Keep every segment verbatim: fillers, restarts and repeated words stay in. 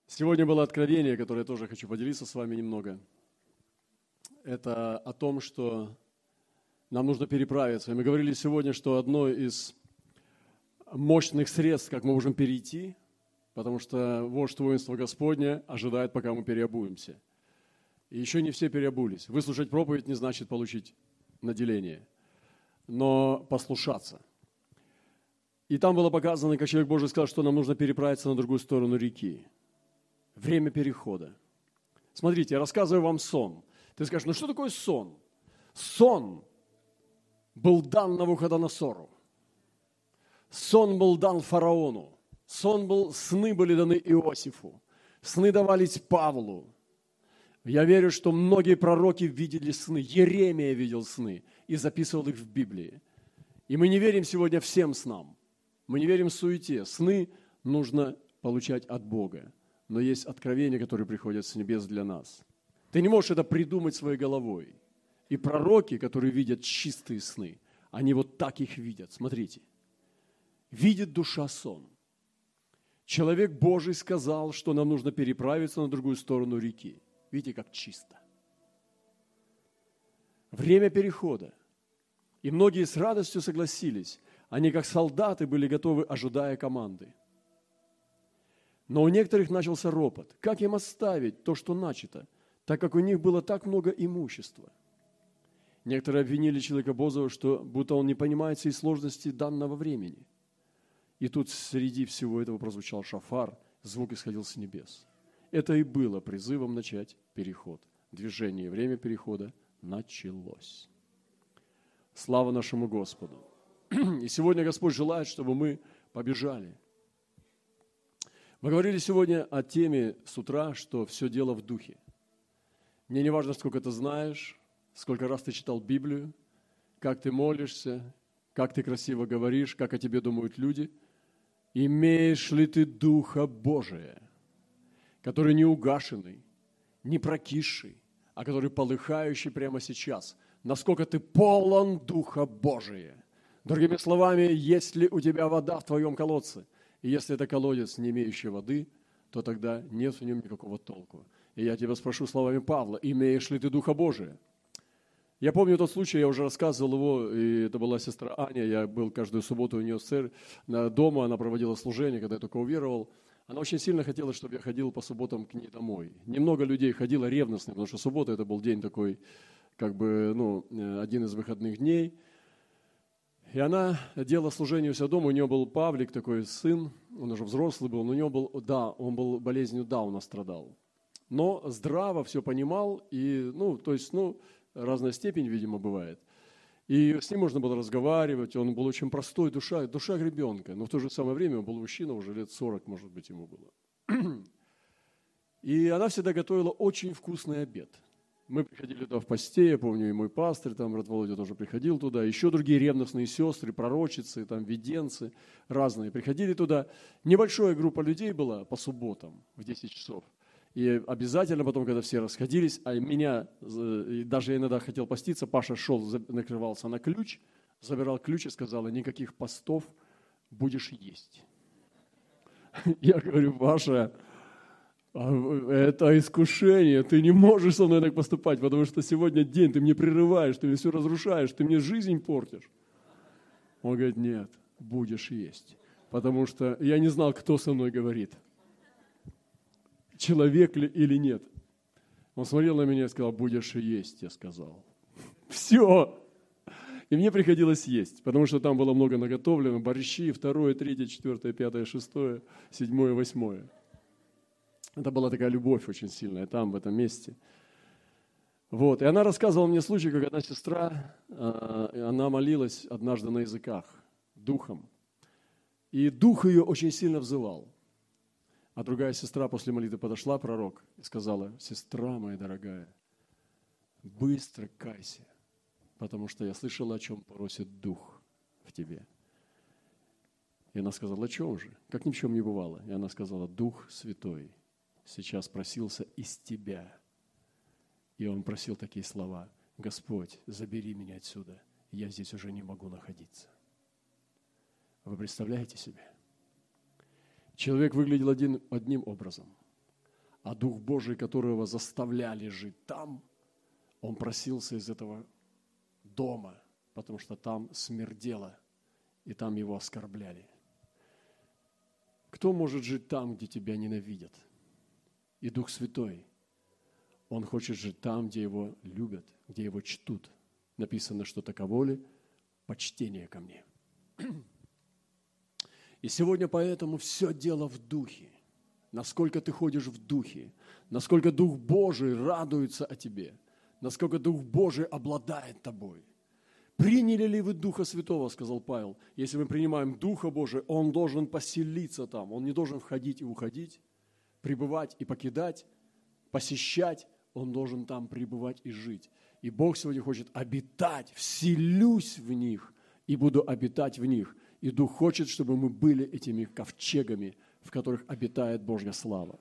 Сегодня было откровение, которое я тоже хочу поделиться с вами немного. Это о том, что нам нужно переправиться. И мы говорили сегодня, что одно из мощных средств, как мы можем перейти, потому что вождь воинства Господня ожидает, пока мы переобуемся. И еще не все переобулись. Выслушать проповедь не значит получить наделение, но послушаться. И там было показано, как человек Божий сказал, что нам нужно переправиться на другую сторону реки. Время перехода. Смотрите, я рассказываю вам сон. Ты скажешь, ну что такое сон? Сон был дан Навуходоносору. Сон был дан фараону. Сон был, сны были даны Иосифу. Сны давались Павлу. Я верю, что многие пророки видели сны. Еремия видел сны и записывал их в Библии. И мы не верим сегодня всем снам. Мы не верим в суете. Сны нужно получать от Бога. Но есть откровения, которые приходят с небес для нас. Ты не можешь это придумать своей головой. И пророки, которые видят чистые сны, они вот так их видят. Смотрите. Видит душа сон. Человек Божий сказал, что нам нужно переправиться на другую сторону реки. Видите, как чисто. Время перехода. И многие с радостью согласились. Они, как солдаты, были готовы, ожидая команды. Но у некоторых начался ропот. Как им оставить то, что начато, так как у них было так много имущества? Некоторые обвинили человека Божьего, что будто он не понимает всей сложности данного времени. И тут среди всего этого прозвучал шафар, звук исходил с небес. Это и было призывом начать переход. Движение, время перехода началось. Слава нашему Господу! И сегодня Господь желает, чтобы мы побежали. Мы говорили сегодня о теме с утра, что все дело в духе. Мне не важно, сколько ты знаешь, сколько раз ты читал Библию, как ты молишься, как ты красиво говоришь, как о тебе думают люди. Имеешь ли ты Духа Божия, который не угашенный, не прокисший, а который полыхающий прямо сейчас? Насколько ты полон Духа Божия? Другими словами, есть ли у тебя вода в твоем колодце? И если это колодец, не имеющий воды, то тогда нет в нем никакого толку. И я тебя спрошу словами Павла, имеешь ли ты Духа Божия? Я помню тот случай, я уже рассказывал его, и это была сестра Аня, я был каждую субботу у нее в церкви, дома, она проводила служение, когда я только уверовал. Она очень сильно хотела, чтобы я ходил по субботам к ней домой. Немного людей ходило ревностно, потому что суббота это был день такой, как бы, ну, один из выходных дней. И она делала служение у себя дома, у нее был Павлик, такой сын, он уже взрослый был, но у него был, да, он был болезнью Дауна страдал. Но здраво все понимал, и, ну, то есть, ну, разная степень, видимо, бывает. И с ним можно было разговаривать, он был очень простой, душа, душа ребенка, но в то же самое время он был мужчина, уже лет сорок, может быть, ему было. И она всегда готовила очень вкусный обед. Мы приходили туда в посте, я помню, и мой пастырь, там, брат Володя тоже приходил туда, еще другие ревностные сестры, пророчицы, там, виденцы разные приходили туда. Небольшая группа людей была по субботам в десять часов. И обязательно потом, когда все расходились, а меня, даже я иногда хотел поститься, Паша шел, накрывался на ключ, забирал ключ и сказал, никаких постов, будешь есть. Я говорю, Паша, это искушение, ты не можешь со мной так поступать, потому что сегодня день, ты мне прерываешь, ты мне все разрушаешь, ты мне жизнь портишь. Он говорит, нет, будешь есть, потому что я не знал, кто со мной говорит, человек ли или нет. Он смотрел на меня и сказал, будешь есть, я сказал. Все. И мне приходилось есть, потому что там было много наготовлено, борщи, второе, третье, четвертое, пятое, шестое, седьмое, восьмое. Это была такая любовь очень сильная там, в этом месте. Вот. И она рассказывала мне случай, как одна сестра, она молилась однажды на языках, духом. И дух ее очень сильно взывал. А другая сестра после молитвы подошла, пророк, и сказала, сестра моя дорогая, быстро кайся, потому что я слышала, о чем просит дух в тебе. И она сказала, о чем же? Как ни в чем не бывало. И она сказала, Дух Святой сейчас просился из тебя. И он просил такие слова, Господь, забери меня отсюда, я здесь уже не могу находиться. Вы представляете себе? Человек выглядел один, одним образом, а Дух Божий, которого заставляли жить там, он просился из этого дома, потому что там смердело, и там его оскорбляли. Кто может жить там, где тебя ненавидят? И Дух Святой, Он хочет жить там, где Его любят, где Его чтут. Написано, что таково ли почтение ко мне. И сегодня поэтому все дело в Духе. Насколько ты ходишь в Духе, насколько Дух Божий радуется о тебе, насколько Дух Божий обладает тобой. Приняли ли вы Духа Святого, сказал Павел. Если мы принимаем Духа Божия, Он должен поселиться там. Он не должен входить и уходить, пребывать и покидать, посещать. Он должен там пребывать и жить. И Бог сегодня хочет обитать, вселюсь в них и буду обитать в них. И Дух хочет, чтобы мы были этими ковчегами, в которых обитает Божья слава.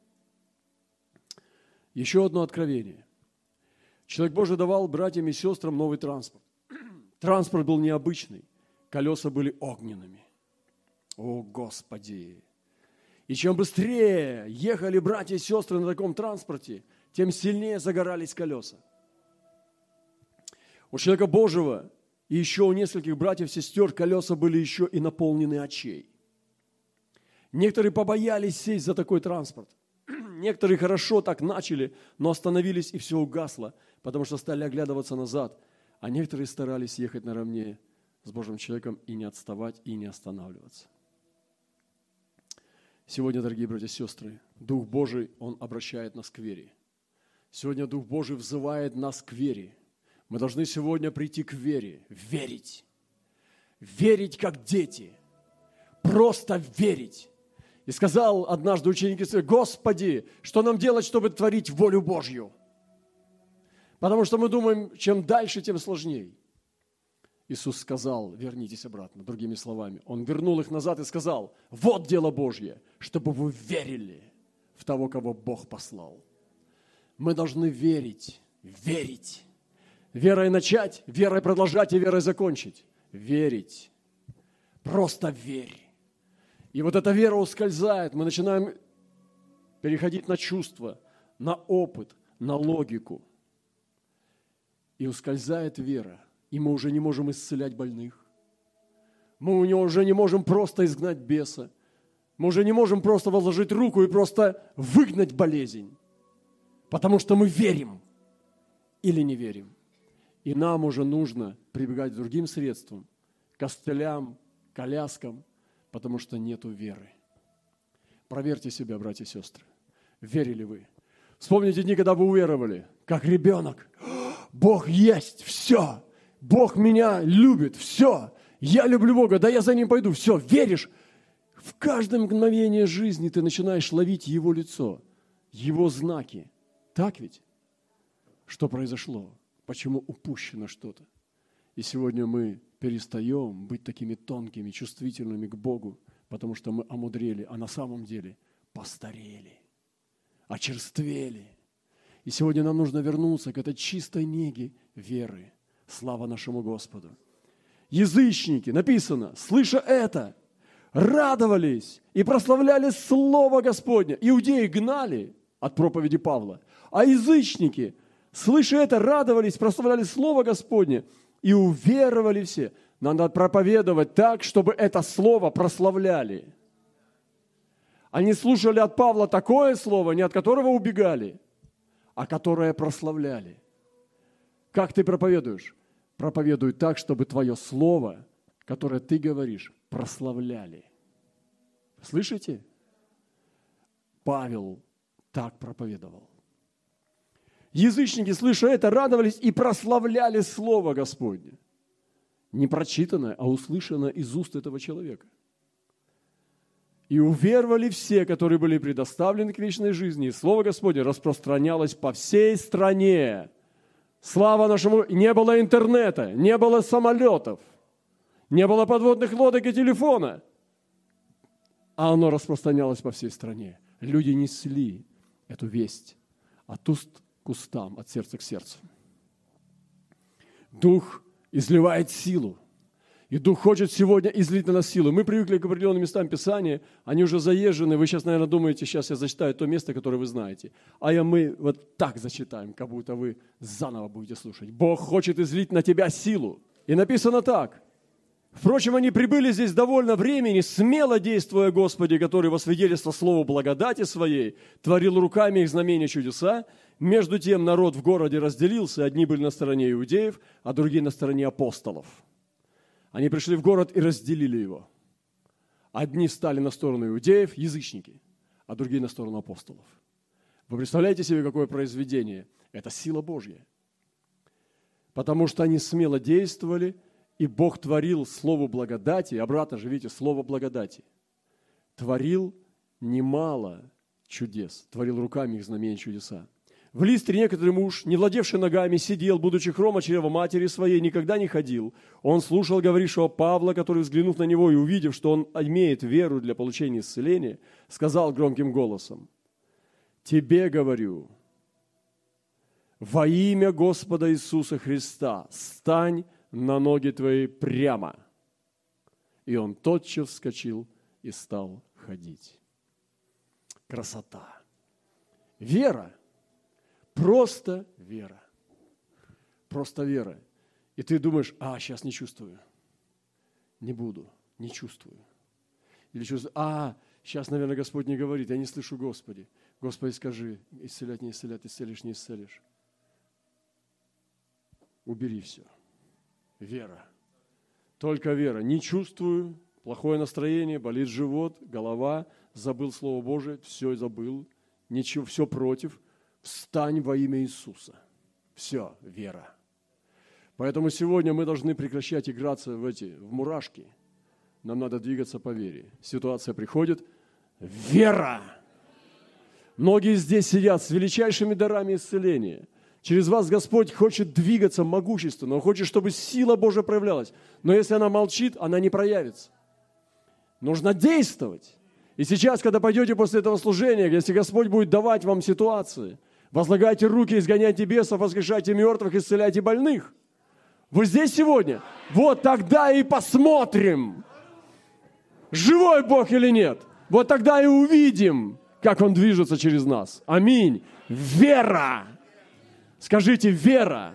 Еще одно откровение. Человек Божий давал братьям и сестрам новый транспорт. Транспорт был необычный, колеса были огненными. О, Господи! И чем быстрее ехали братья и сестры на таком транспорте, тем сильнее загорались колеса. У человека Божьего и еще у нескольких братьев и сестер колеса были еще и наполнены очей. Некоторые побоялись сесть за такой транспорт. Некоторые хорошо так начали, но остановились и все угасло, потому что стали оглядываться назад. А некоторые старались ехать наравне с Божьим человеком и не отставать, и не останавливаться. Сегодня, дорогие братья и сестры, Дух Божий, Он обращает нас к вере. Сегодня Дух Божий взывает нас к вере. Мы должны сегодня прийти к вере, верить. Верить, как дети. Просто верить. И сказал однажды ученик Иисуса: Господи, что нам делать, чтобы творить волю Божью? Потому что мы думаем, чем дальше, тем сложнее. Иисус сказал: вернитесь обратно. Другими словами, Он вернул их назад и сказал: вот дело Божье, чтобы вы верили в того, кого Бог послал. Мы должны верить, верить. Верой начать, верой продолжать и верой закончить. Верить. Просто верь. И вот эта вера ускользает. Мы начинаем переходить на чувства, на опыт, на логику. И ускользает вера. И мы уже не можем исцелять больных. Мы уже не можем просто изгнать беса. Мы уже не можем просто возложить руку и просто выгнать болезнь. Потому что мы верим или не верим. И нам уже нужно прибегать к другим средствам, костылям, коляскам, потому что нету веры. Проверьте себя, братья и сестры. Верили вы? Вспомните дни, когда вы уверовали, как ребенок. Бог есть, все. Бог меня любит, все. Я люблю Бога, да я за Ним пойду, все. Веришь? В каждое мгновение жизни ты начинаешь ловить Его лицо, Его знаки. Так ведь? Что произошло? Почему упущено что-то? И сегодня мы перестаем быть такими тонкими, чувствительными к Богу, потому что мы омудрели, а на самом деле постарели, очерствели. И сегодня нам нужно вернуться к этой чистой неге веры. Слава нашему Господу. Язычники, написано, слыша это, радовались и прославляли Слово Господне. Иудеи гнали от проповеди Павла, а язычники, слыша это, радовались, прославляли Слово Господне и уверовали все. Надо проповедовать так, чтобы это Слово прославляли. Они слушали от Павла такое Слово, не от которого убегали, а которое прославляли. Как ты проповедуешь? Проповедуй так, чтобы твое Слово, которое ты говоришь, прославляли. Слышите? Павел так проповедовал. Язычники, слыша это, радовались и прославляли Слово Господне. Не прочитанное, а услышанное из уст этого человека. И уверовали все, которые были предоставлены к вечной жизни, и Слово Господне распространялось по всей стране. Слава нашему! Не было интернета, не было самолетов, не было подводных лодок и телефона. А оно распространялось по всей стране. Люди несли эту весть от уст к устам, от сердца к сердцу. Дух изливает силу. И Дух хочет сегодня излить на нас силу. Мы привыкли к определенным местам Писания, они уже заезжены. Вы сейчас, наверное, думаете, сейчас я зачитаю то место, которое вы знаете. А я мы вот так зачитаем, как будто вы заново будете слушать. Бог хочет излить на тебя силу. И написано так. Впрочем, они прибыли здесь довольно времени, смело действуя Господи, который во свидетельство слову благодати своей творил руками их знамения чудеса. Между тем народ в городе разделился, одни были на стороне иудеев, а другие на стороне апостолов. Они пришли в город и разделили его. Одни стали на сторону иудеев, язычники, а другие на сторону апостолов. Вы представляете себе, какое произведение? Это сила Божья. Потому что они смело действовали, и Бог творил слово благодати, обратно же, видите, слово благодати. Творил немало чудес, творил руками их знамения чудеса. В Листре некоторый муж, не владевший ногами, сидел, будучи хрома чрева матери своей, никогда не ходил. Он слушал говорившего Павла, который, взглянув на него и увидев, что он имеет веру для получения исцеления, сказал громким голосом: «Тебе говорю, во имя Господа Иисуса Христа, стань на ноги твои прямо». И он тотчас вскочил и стал ходить. Красота! Вера! Просто вера. Просто вера. И ты думаешь: а, сейчас не чувствую. Не буду, не чувствую. Или чувствую: а, сейчас, наверное, Господь не говорит, я не слышу Господи. Господи, скажи, исцелять, не исцелять, исцелишь, не исцелишь. Убери все. Вера. Только вера. Не чувствую, плохое настроение, болит живот, голова, забыл Слово Божие, все забыл, ничего, все против. Встань во имя Иисуса. Все, вера. Поэтому сегодня мы должны прекращать играться в эти, в мурашки. Нам надо двигаться по вере. Ситуация приходит. Вера! Многие здесь сидят с величайшими дарами исцеления. Через вас Господь хочет двигаться могущественно. Он хочет, чтобы сила Божия проявлялась. Но если она молчит, она не проявится. Нужно действовать. И сейчас, когда пойдете после этого служения, если Господь будет давать вам ситуации, возлагайте руки, изгоняйте бесов, воскрешайте мертвых, исцеляйте больных. Вы здесь сегодня? Вот тогда и посмотрим, живой Бог или нет. Вот тогда и увидим, как Он движется через нас. Аминь. Вера. Скажите: вера.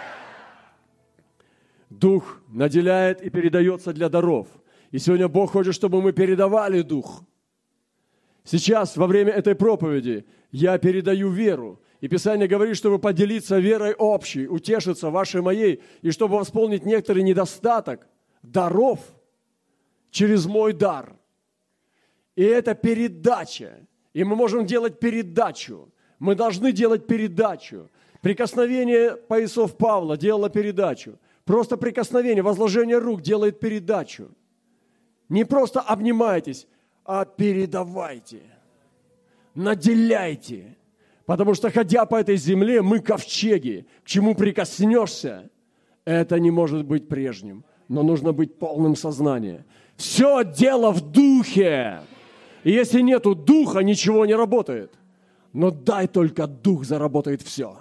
Дух наделяет и передается для даров. И сегодня Бог хочет, чтобы мы передавали Дух. Сейчас, во время этой проповеди, я передаю веру. И Писание говорит, чтобы поделиться верой общей, утешиться вашей моей, и чтобы восполнить некоторый недостаток даров через мой дар. И это передача. И мы можем делать передачу. Мы должны делать передачу. Прикосновение поясов Павла делало передачу. Просто прикосновение, возложение рук делает передачу. Не просто обнимайтесь, а передавайте, наделяйте. Потому что, ходя по этой земле, мы ковчеги. К чему прикоснешься, это не может быть прежним. Но нужно быть полным сознанием. Все дело в духе. И если нету духа, ничего не работает. Но дай только дух, заработает все.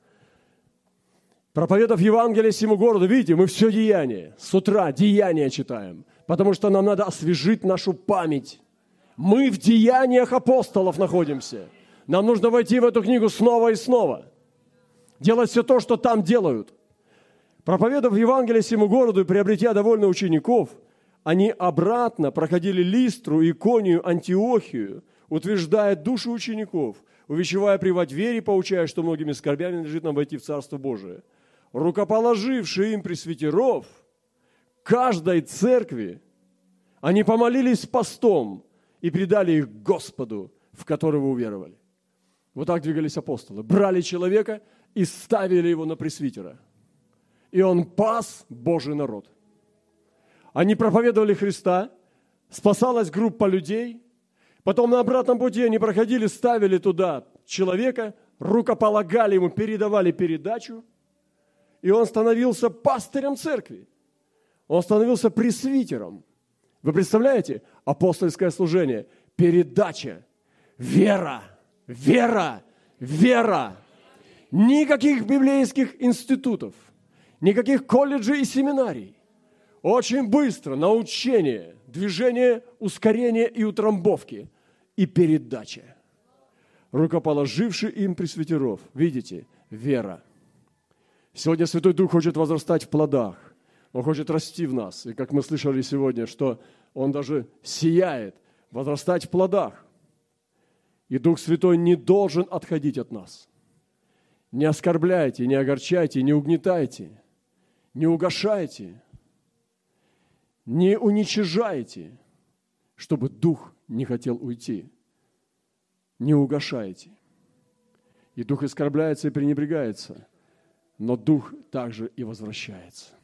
Проповедав Евангелие всему городу, видите, мы все деяние. С утра деяния читаем. Потому что нам надо освежить нашу память. Мы в деяниях апостолов находимся. Нам нужно войти в эту книгу снова и снова. Делать все то, что там делают. Проповедав Евангелие всему городу и приобретя довольно учеников, они обратно проходили Листру, Иконию, Антиохию, утверждая души учеников, увещевая приводить вере, поучая, что многими скорбями надлежит нам войти в Царство Божие. Рукоположивши им пресвитеров, каждой церкви, они помолились постом и предали их Господу, в которого уверовали. Вот так двигались апостолы. Брали человека и ставили его на пресвитера. И он пас Божий народ. Они проповедовали Христа, спасалась группа людей. Потом на обратном пути они проходили, ставили туда человека, рукополагали ему, передавали передачу. И он становился пастырем церкви. Он становился пресвитером. Вы представляете? Апостольское служение, передача, вера, вера, вера. Никаких библейских институтов, никаких колледжей и семинарий. очень быстро на учение, движение, ускорение и утрамбовки, и передача. Рукоположивший им пресвитеров, видите, вера. Сегодня Святой Дух хочет возрастать в плодах. Он хочет расти в нас. И как мы слышали сегодня, что Он даже сияет, возрастать в плодах. И Дух Святой не должен отходить от нас. Не оскорбляйте, не огорчайте, не угнетайте, не угошайте, не уничижайте, чтобы Дух не хотел уйти. Не угошайте. И Дух оскорбляется и пренебрегается, но Дух также и возвращается.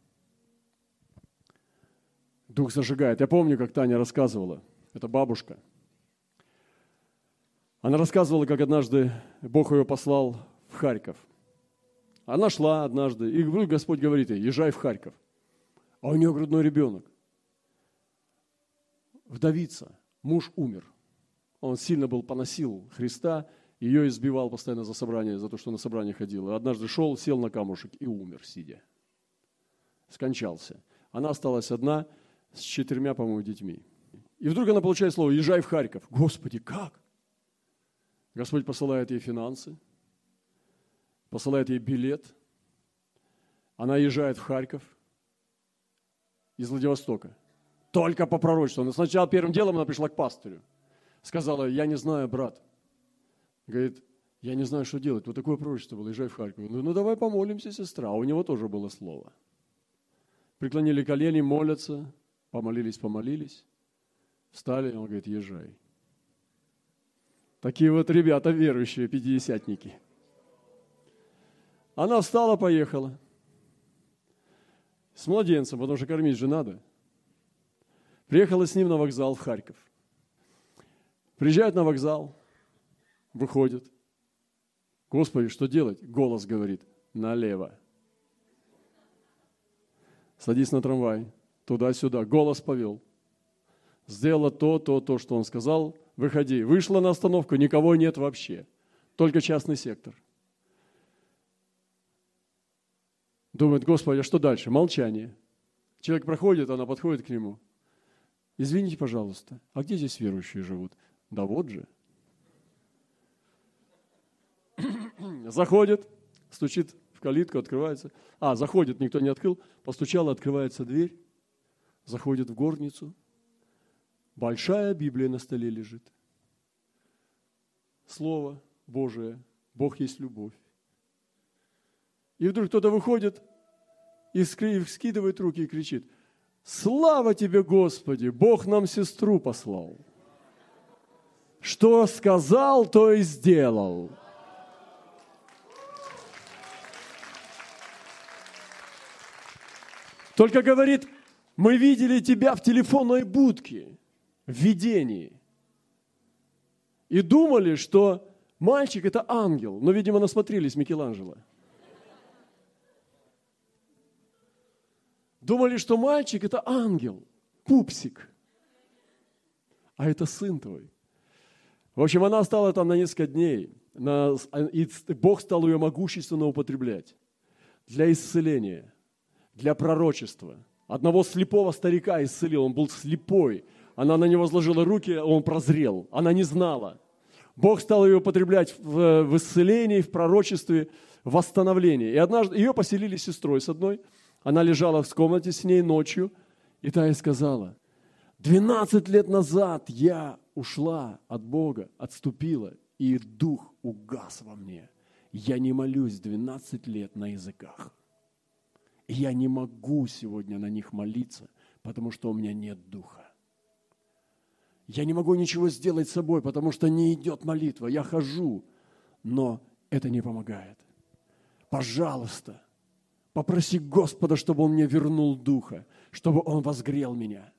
Дух зажигает. Я помню, как Таня рассказывала, это бабушка. Она рассказывала, как однажды Бог ее послал в Харьков. Она шла однажды, и Господь говорит ей: езжай в Харьков. А у нее грудной ребенок. Вдовица, муж умер. Он сильно был поносил Христа, ее избивал постоянно за собрание, за то, что на собрание ходила. Однажды шел, сел на камушек и умер, сидя. Скончался. Она осталась одна с четырьмя, по-моему, детьми. И вдруг она получает слово: езжай в Харьков. Господи, как? Господь посылает ей финансы, посылает ей билет. Она езжает в Харьков из Владивостока. Только по пророчеству. Но сначала первым делом она пришла к пастырю. Сказала: я не знаю, брат. Говорит: я не знаю, что делать. Вот такое пророчество было, езжай в Харьков. Ну, ну давай помолимся, сестра. А у него тоже было слово. Преклонили колени, молятся, помолились, помолились. Встали, он говорит: езжай. Такие вот ребята верующие, пятидесятники. Она встала, поехала. С младенцем, потому что кормить же надо. Приехала с ним на вокзал в Харьков. Приезжает на вокзал, выходит. Господи, что делать? Голос говорит: налево. Садись на трамвай, туда-сюда. Голос повел. Сделала то, то, то, что он сказал. Выходи. Вышла на остановку, никого нет вообще. Только частный сектор. Думает: Господи, а что дальше? Молчание. Человек проходит, она подходит к нему. Извините, пожалуйста, а где здесь верующие живут? Да вот же. Заходит, стучит в калитку, открывается. А, заходит, никто не открыл. Постучала, открывается дверь. Заходит в горницу. Большая Библия на столе лежит. Слово Божие. Бог есть любовь. И вдруг кто-то выходит и вскидывает руки и кричит: слава тебе, Господи, Бог нам сестру послал. Что сказал, то и сделал. Только говорит: мы видели тебя в телефонной будке, в видении. И думали, что мальчик – это ангел. Но, видимо, насмотрелись Микеланджело. Думали, что мальчик – это ангел, пупсик. А это сын твой. В общем, она осталась там на несколько дней. На, и Бог стал ее могущественно употреблять для исцеления, для пророчества. Одного слепого старика исцелил, он был слепой. Она на него возложила руки, он прозрел. Она не знала. Бог стал ее употреблять в, в исцелении, в пророчестве, в восстановлении. И однажды ее поселили с сестрой с одной. Она лежала в комнате с ней ночью, и та ей сказала: двенадцать лет назад я ушла от Бога, отступила, и дух угас во мне. Я не молюсь двенадцать лет на языках. И я не могу сегодня на них молиться, потому что у меня нет духа. Я не могу ничего сделать с собой, потому что не идет молитва. Я хожу, но это не помогает. Пожалуйста, попроси Господа, чтобы Он мне вернул духа, чтобы Он возгрел меня.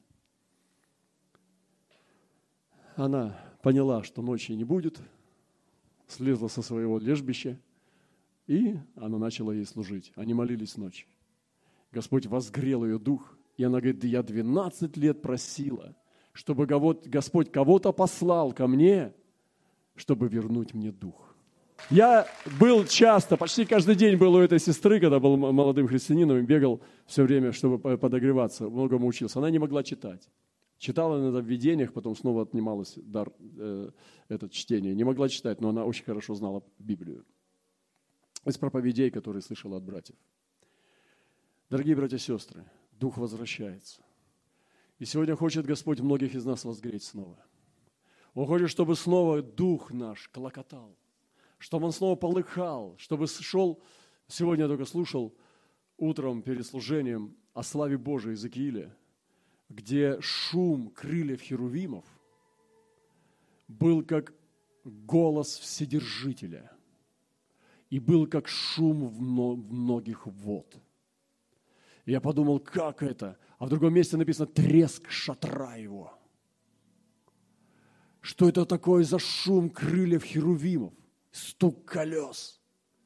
Она поняла, что ночи не будет, слезла со своего лежбища, и она начала ей служить. Они молились ночью. Господь возгрел ее дух, и она говорит: да я двенадцать лет просила, чтобы Господь кого-то послал ко мне, чтобы вернуть мне дух. Я был часто, почти каждый день был у этой сестры, когда был молодым христианином, и бегал все время, чтобы подогреваться, многому учился. Она не могла читать. Читала иногда в видениях, потом снова отнималась дар, э, это чтение. Не могла читать, но она очень хорошо знала Библию. Из проповедей, которые слышала от братьев. Дорогие братья и сестры, Дух возвращается. И сегодня хочет Господь многих из нас возгреть снова. Он хочет, чтобы снова Дух наш клокотал, чтобы Он снова полыхал, чтобы шел, сегодня я только слушал утром перед служением о славе Божией Иезекииля, где шум крыльев херувимов был как голос Вседержителя и был как шум многих вод. И я подумал, как это? А в другом месте написано «треск шатра его». Что это такое за шум крыльев херувимов? Стук колес.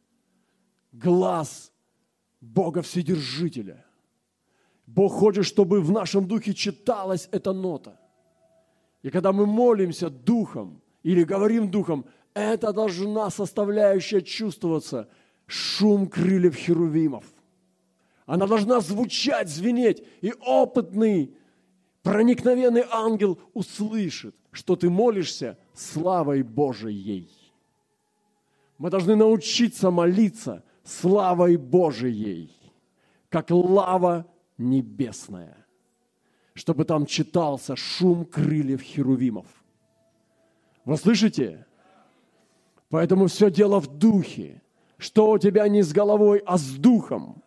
Глаз Бога Вседержителя. Бог хочет, чтобы в нашем духе читалась эта нота. И когда мы молимся духом или говорим духом, это должна составляющая чувствоваться шум крыльев херувимов. Она должна звучать, звенеть. И опытный, проникновенный ангел услышит, что ты молишься славой Божией. Мы должны научиться молиться славой Божией, как лава небесная, чтобы там читался шум крыльев херувимов. Вы слышите? Поэтому все дело в духе, что у тебя не с головой, а с духом.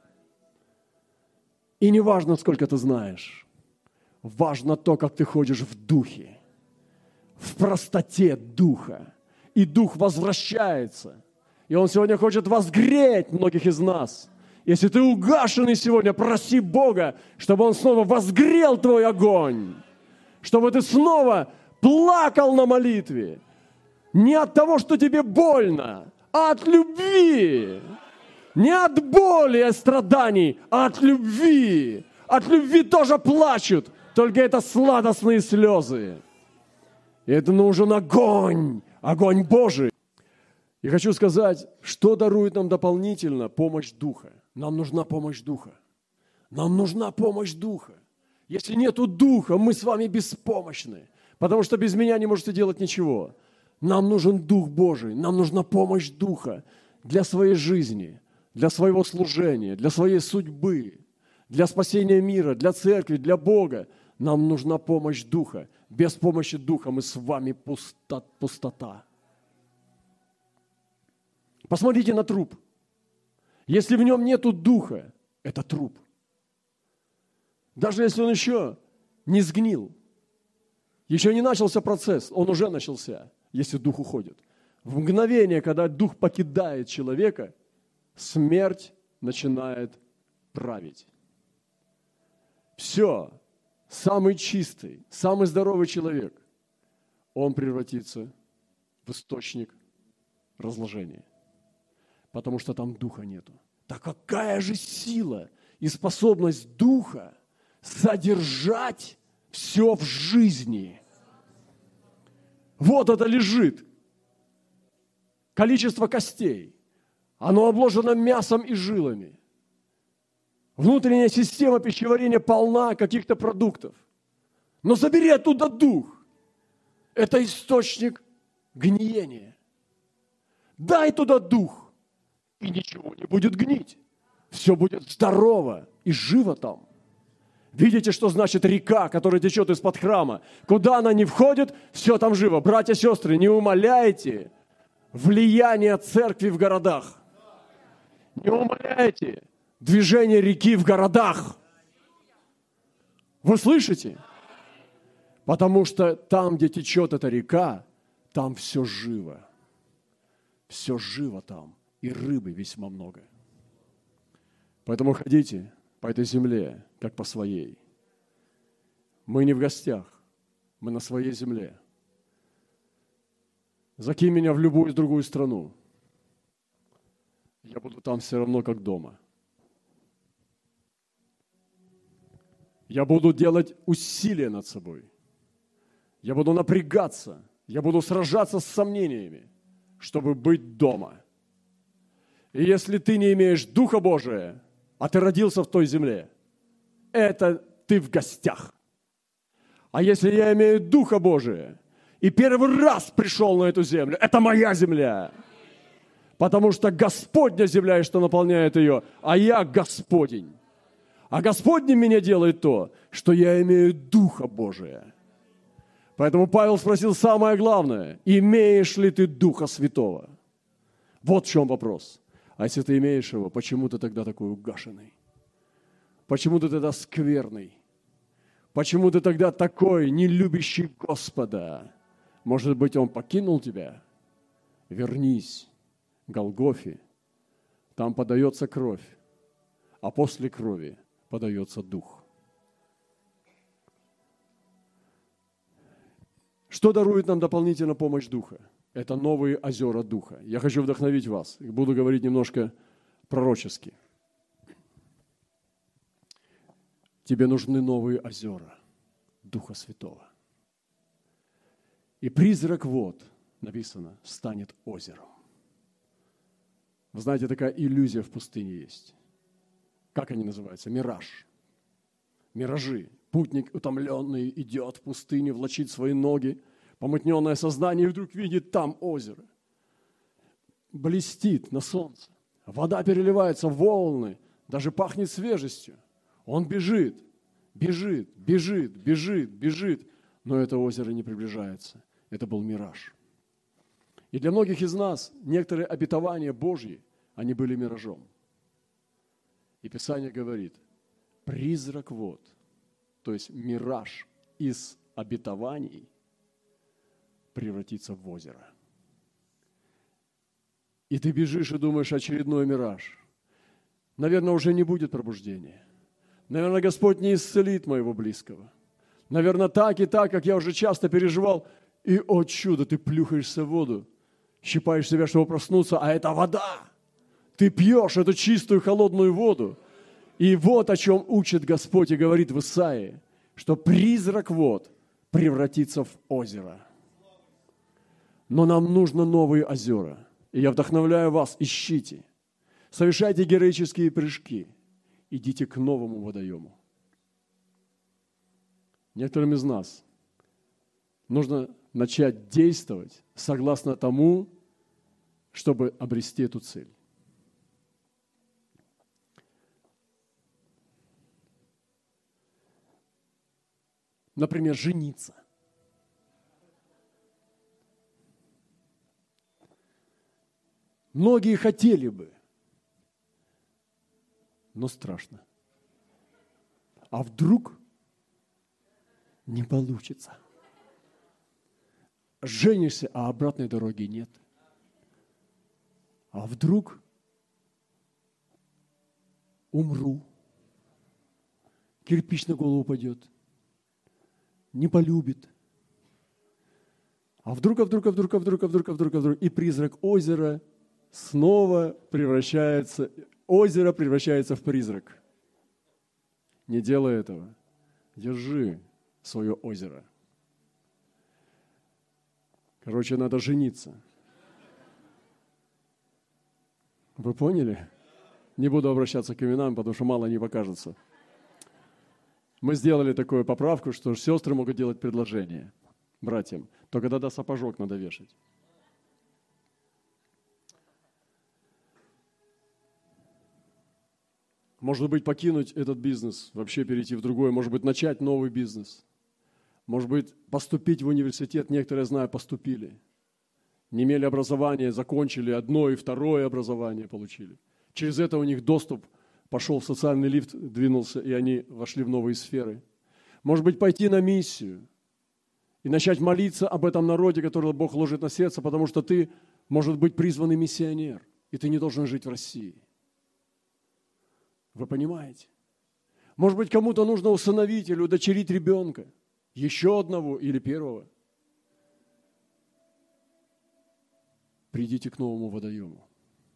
И не важно, сколько ты знаешь, важно то, как ты ходишь в духе, в простоте духа. И дух возвращается. И он сегодня хочет возгреть многих из нас. Если ты угашенный сегодня, проси Бога, чтобы Он снова возгрел твой огонь. Чтобы ты снова плакал на молитве. Не от того, что тебе больно, а от любви. Не от боли и страданий, а от любви. От любви тоже плачут, только это сладостные слезы. И это нужен огонь, огонь Божий. И хочу сказать, что дарует нам дополнительно помощь Духа. Нам нужна помощь Духа. Нам нужна помощь Духа. Если нету Духа, мы с вами беспомощны, потому что без меня не можете делать ничего. Нам нужен Дух Божий, нам нужна помощь Духа для своей жизни, для своего служения, для своей судьбы, для спасения мира, для церкви, для Бога. Нам нужна помощь Духа. Без помощи Духа мы с вами пустота. Посмотрите на труп. Если в нем нету Духа, это труп. Даже если он еще не сгнил, еще не начался процесс, он уже начался, если Дух уходит. В мгновение, когда Дух покидает человека, смерть начинает править. Все, самый чистый, самый здоровый человек, он превратится в источник разложения. Потому что там Духа нету. Так какая же сила и способность Духа содержать все в жизни? Вот это лежит. Количество костей. Оно обложено мясом и жилами. Внутренняя система пищеварения полна каких-то продуктов. Но забери оттуда Дух. Это источник гниения. Дай туда Дух. И ничего не будет гнить. Все будет здорово и живо там. Видите, что значит река, которая течет из-под храма? Куда она не входит, все там живо. Братья и сестры, не умаляйте влияние церкви в городах. Не умаляйте движение реки в городах. Вы слышите? Потому что там, где течет эта река, там все живо. Все живо там. И рыбы весьма много. Поэтому ходите по этой земле, как по своей. Мы не в гостях, мы на своей земле. Закинь меня в любую другую страну. Я буду там все равно, как дома. Я буду делать усилия над собой. Я буду напрягаться. Я буду сражаться с сомнениями, чтобы быть дома. И если ты не имеешь Духа Божия, а ты родился в той земле, это ты в гостях. А если я имею Духа Божия и первый раз пришел на эту землю, это моя земля. Потому что Господня земля, и что наполняет ее, а я Господень. А Господним меня делает то, что я имею Духа Божия. Поэтому Павел спросил самое главное: имеешь ли ты Духа Святого? Вот в чем вопрос. А если ты имеешь его, почему ты тогда такой угашенный? Почему ты тогда скверный? Почему ты тогда такой, не любящий Господа? Может быть, Он покинул тебя? Вернись к Голгофе. Там подается кровь, а после крови подается Дух. Что дарует нам дополнительно помощь Духа? Это новые озера Духа. Я хочу вдохновить вас. Буду говорить немножко пророчески. Тебе нужны новые озера Духа Святого. И призрак вод, написано, станет озером. Вы знаете, такая иллюзия в пустыне есть. Как они называются? Мираж. Миражи. Путник утомленный идет в пустыне, влачит свои ноги, помутненное сознание, и вдруг видит там озеро. Блестит на солнце. Вода переливается, волны, даже пахнет свежестью. Он бежит, бежит, бежит, бежит, бежит, но это озеро не приближается. Это был мираж. И для многих из нас некоторые обетования Божьи, они были миражом. И Писание говорит, призрак вод, то есть мираж из обетований превратится в озеро. И ты бежишь и думаешь, очередной мираж. Наверное, уже не будет пробуждения. Наверное, Господь не исцелит моего близкого. Наверное, так и так, как я уже часто переживал. И, о чудо, ты плюхаешься в воду, щипаешь себя, чтобы проснуться, а это вода. Ты пьешь эту чистую холодную воду. И вот о чем учит Господь и говорит в Исаии, что призрак вод превратится в озеро. Но нам нужно новые озера. И я вдохновляю вас, ищите. Совершайте героические прыжки. Идите к новому водоему. Некоторым из нас нужно начать действовать согласно тому, чтобы обрести эту цель. Например, жениться. Многие хотели бы, но страшно. А вдруг не получится? Женишься, а обратной дороги нет. А вдруг умру, кирпич на голову упадет, не полюбит. А вдруг, а вдруг, а вдруг, а вдруг, а вдруг, а вдруг, а вдруг, и призрак озера снова превращается, озеро превращается в призрак. Не делай этого. Держи свое озеро. Короче, надо жениться. Вы поняли? Не буду обращаться к именам, потому что мало не покажется. Мы сделали такую поправку, что сестры могут делать предложения братьям. Только тогда сапожок надо вешать. Может быть, покинуть этот бизнес, вообще перейти в другой, может быть, начать новый бизнес. Может быть, поступить в университет, некоторые, я знаю, поступили. Не имели образования, закончили одно и второе образование получили. Через это у них доступ пошел в социальный лифт, двинулся, и они вошли в новые сферы. Может быть, пойти на миссию и начать молиться об этом народе, который Бог ложит на сердце, потому что ты, может быть, призванный миссионер, и ты не должен жить в России. Вы понимаете? Может быть, кому-то нужно усыновить или удочерить ребенка, еще одного или первого. Придите к новому водоему.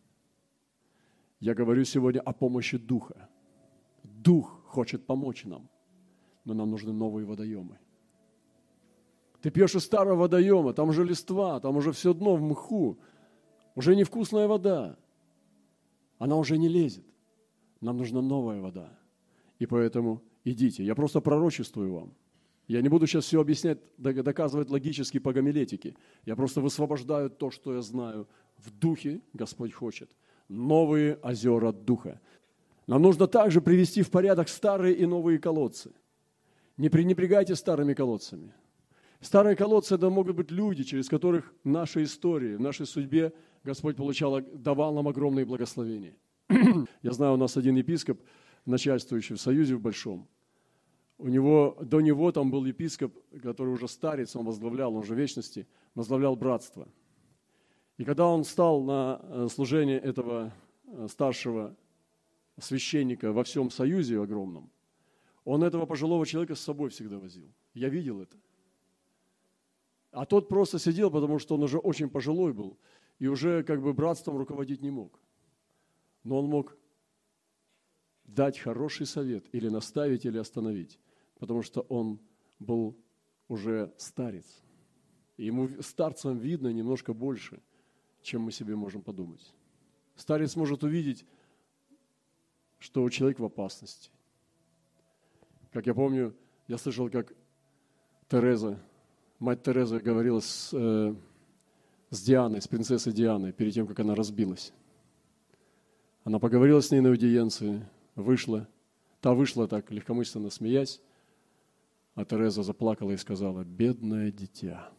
Я говорю сегодня о помощи Духа. Дух хочет помочь нам, но нам нужны новые водоемы. Ты пьешь из старого водоема, там уже листва, там уже все дно в мху, уже невкусная вода. Она уже не лезет. Нам нужна новая вода. И поэтому идите. Я просто пророчествую вам. Я не буду сейчас все объяснять, доказывать логически по гомилетике. Я просто высвобождаю то, что я знаю. В духе Господь хочет. Новые озера духа. Нам нужно также привести в порядок старые и новые колодцы. Не пренебрегайте старыми колодцами. Старые колодцы – это могут быть люди, через которых в нашей истории, в нашей судьбе Господь получал, давал нам огромные благословения. Я знаю, у нас один епископ, начальствующий в Союзе в Большом. У него, до него там был епископ, который уже старец, он возглавлял, он уже в вечности, возглавлял братство. И когда он стал на служение этого старшего священника во всем Союзе огромном, он этого пожилого человека с собой всегда возил. Я видел это. А тот просто сидел, потому что он уже очень пожилой был и уже как бы братством руководить не мог. Но он мог дать хороший совет или наставить, или остановить, потому что он был уже старец. И ему старцам видно немножко больше, чем мы себе можем подумать. Старец может увидеть, что человек в опасности. Как я помню, я слышал, как Тереза, мать Тереза говорила с, э, с Дианой, с принцессой Дианой, перед тем, как она разбилась. Она поговорила с ней на аудиенции, вышла. Та вышла так легкомысленно смеясь, а Тереза заплакала и сказала: «Бедное дитя».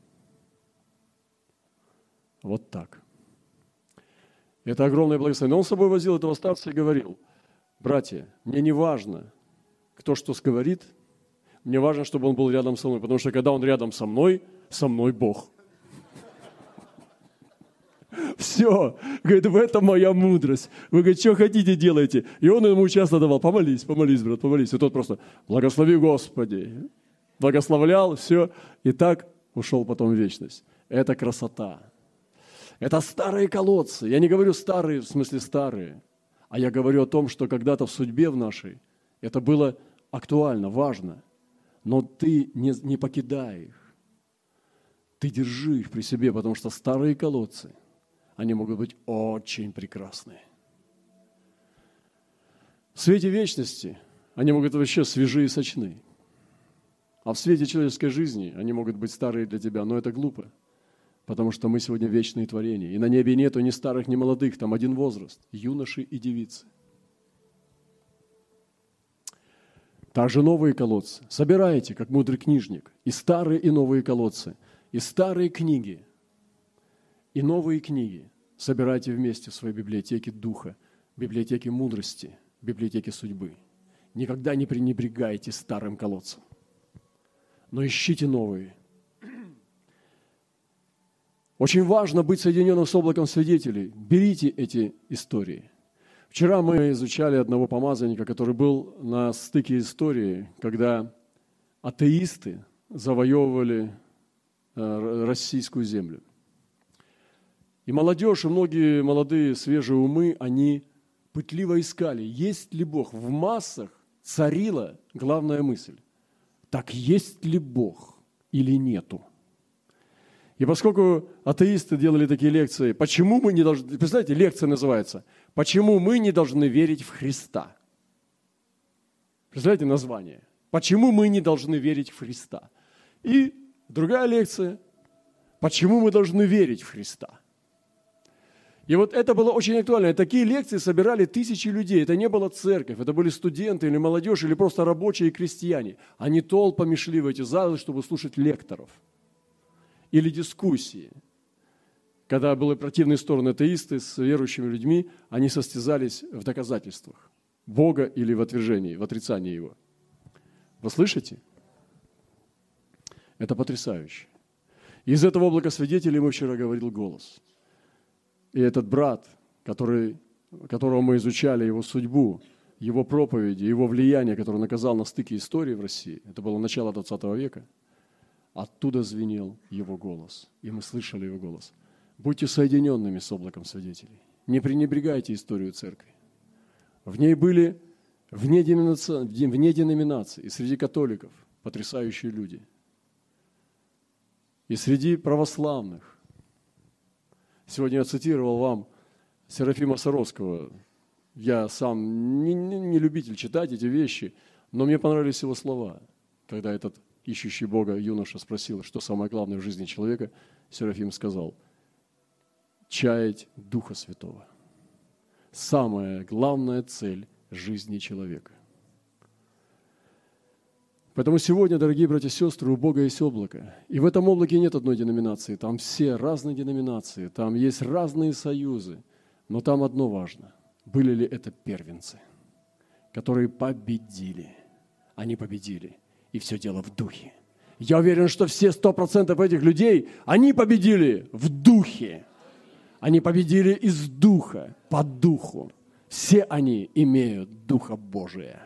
Вот так. Это огромное благословение. Но он с собой возил этого старца и говорил: «Братья, мне не важно, кто что говорит, мне важно, чтобы он был рядом со мной, потому что когда он рядом со мной, со мной Бог». Все, говорит, в этом моя мудрость. Вы, говорит, что хотите, делайте. И он ему часто давал: помолись, помолись, брат, помолись. И тот просто: благослови Господи. Благословлял, все. И так ушел потом в вечность. Это красота. Это старые колодцы. Я не говорю старые, в смысле старые, а я говорю о том, что когда-то в судьбе в нашей это было актуально, важно. Но ты не, не покидай их. Ты держи их при себе, потому что старые колодцы, они могут быть очень прекрасные. В свете вечности они могут быть вообще свежие и сочные. А в свете человеческой жизни они могут быть старые для тебя, но это глупо, потому что мы сегодня вечные творения. И на небе нету ни старых, ни молодых, там один возраст – юноши и девицы. Также новые колодцы. Собирайте, как мудрый книжник, и старые, и новые колодцы, и старые книги, и новые книги собирайте вместе в своей библиотеке духа, библиотеке мудрости, библиотеке судьбы. Никогда не пренебрегайте старым колодцем, но ищите новые. Очень важно быть соединенным с облаком свидетелей. Берите эти истории. Вчера мы изучали одного помазанника, который был на стыке истории, когда атеисты завоевывали российскую землю. И молодежь, и многие молодые свежие умы, они пытливо искали, есть ли Бог. В массах царила главная мысль: так есть ли Бог или нету? И поскольку атеисты делали такие лекции, почему мы не должны, представляете, лекция называется «Почему мы не должны верить в Христа?» Представляете название? Почему мы не должны верить в Христа? И другая лекция «Почему мы должны верить в Христа?» И вот это было очень актуально. И такие лекции собирали тысячи людей. Это не была церковь, это были студенты или молодежь, или просто рабочие и крестьяне. Они толпами шли в эти залы, чтобы слушать лекторов. Или дискуссии. Когда были противные стороны атеисты с верующими людьми, они состязались в доказательствах Бога или в отвержении, в отрицании Его. Вы слышите? Это потрясающе. Из этого облака свидетелей мы вчера говорил голос. И этот брат, который, которого мы изучали, его судьбу, его проповеди, его влияние, которое он оказал на стыке истории в России, это было начало двадцатого века, оттуда звенел его голос, и мы слышали его голос. Будьте соединенными с облаком свидетелей. Не пренебрегайте историю церкви. В ней были вне деноминации, вне деноминации и среди католиков потрясающие люди. И среди православных. Сегодня я цитировал вам Серафима Саровского. Я сам не, не, не любитель читать эти вещи, но мне понравились его слова, когда этот ищущий Бога юноша спросил, что самое главное в жизни человека, Серафим сказал: чаять Духа Святого. Самая главная цель жизни человека. Поэтому сегодня, дорогие братья и сестры, у Бога есть облако. И в этом облаке нет одной деноминации, там все разные деноминации, там есть разные союзы. Но там одно важно. Были ли это первенцы, которые победили? Они победили. И все дело в духе. Я уверен, что все сто процентов этих людей, они победили в духе. Они победили из духа, по духу. Все они имеют Духа Божия.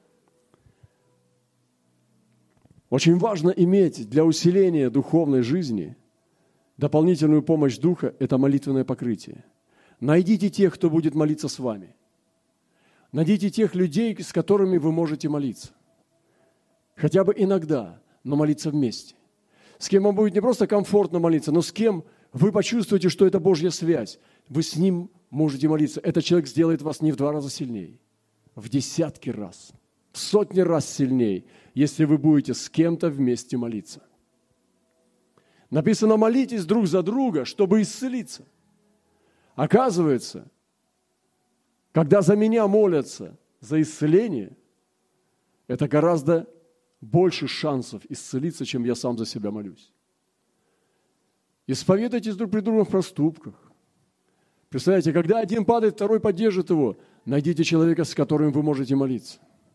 Очень важно иметь для усиления духовной жизни дополнительную помощь Духа – это молитвенное покрытие. Найдите тех, кто будет молиться с вами. Найдите тех людей, с которыми вы можете молиться. Хотя бы иногда, но молиться вместе. С кем вам будет не просто комфортно молиться, но с кем вы почувствуете, что это Божья связь. Вы с ним можете молиться. Этот человек сделает вас не в два раза сильнее, в десятки раз, в сотни раз сильнее, если вы будете с кем-то вместе молиться. Написано: молитесь друг за друга, чтобы исцелиться. Оказывается, когда за меня молятся за исцеление, это гораздо больше шансов исцелиться, чем я сам за себя молюсь. Исповедайтесь друг при другом в проступках. Представляете, когда один падает, второй поддержит его. Найдите человека, с которым вы можете молиться,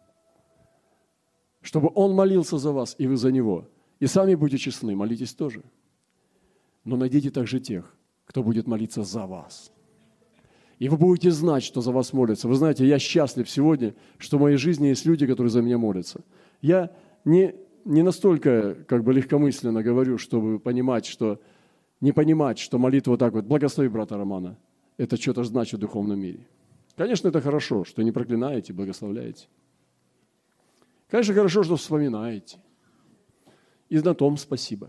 чтобы он молился за вас, и вы за него. И сами будьте честны, молитесь тоже. Но найдите также тех, кто будет молиться за вас. И вы будете знать, что за вас молятся. Вы знаете, я счастлив сегодня, что в моей жизни есть люди, которые за меня молятся. Я не, не настолько как бы легкомысленно говорю, чтобы понимать, что, не понимать, что молитва вот так вот: благослови брата Романа, это что-то значит в духовном мире. Конечно, это хорошо, что не проклинаете, благословляете. Конечно, хорошо, что вспоминаете. И на том спасибо.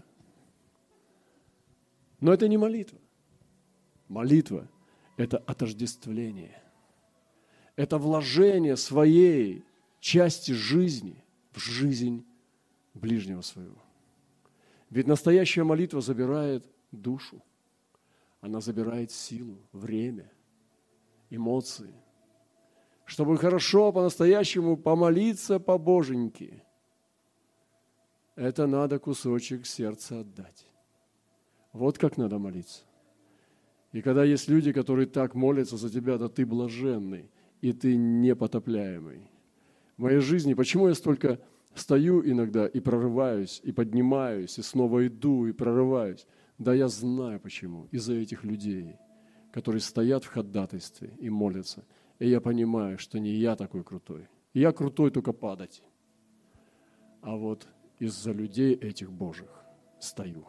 Но это не молитва. Молитва – это отождествление. Это вложение своей части жизни в жизнь ближнего своего. Ведь настоящая молитва забирает душу. Она забирает силу, время, эмоции. Чтобы хорошо, по-настоящему помолиться по-боженьки, это надо кусочек сердца отдать. Вот как надо молиться. И когда есть люди, которые так молятся за тебя, да ты блаженный, и ты непотопляемый. В моей жизни, почему я столько стою иногда и прорываюсь, и поднимаюсь, и снова иду, и прорываюсь? Да я знаю почему. Из-за этих людей, которые стоят в ходатайстве и молятся. И я понимаю, что не я такой крутой. Я крутой только падать. А вот из-за людей этих Божьих стою.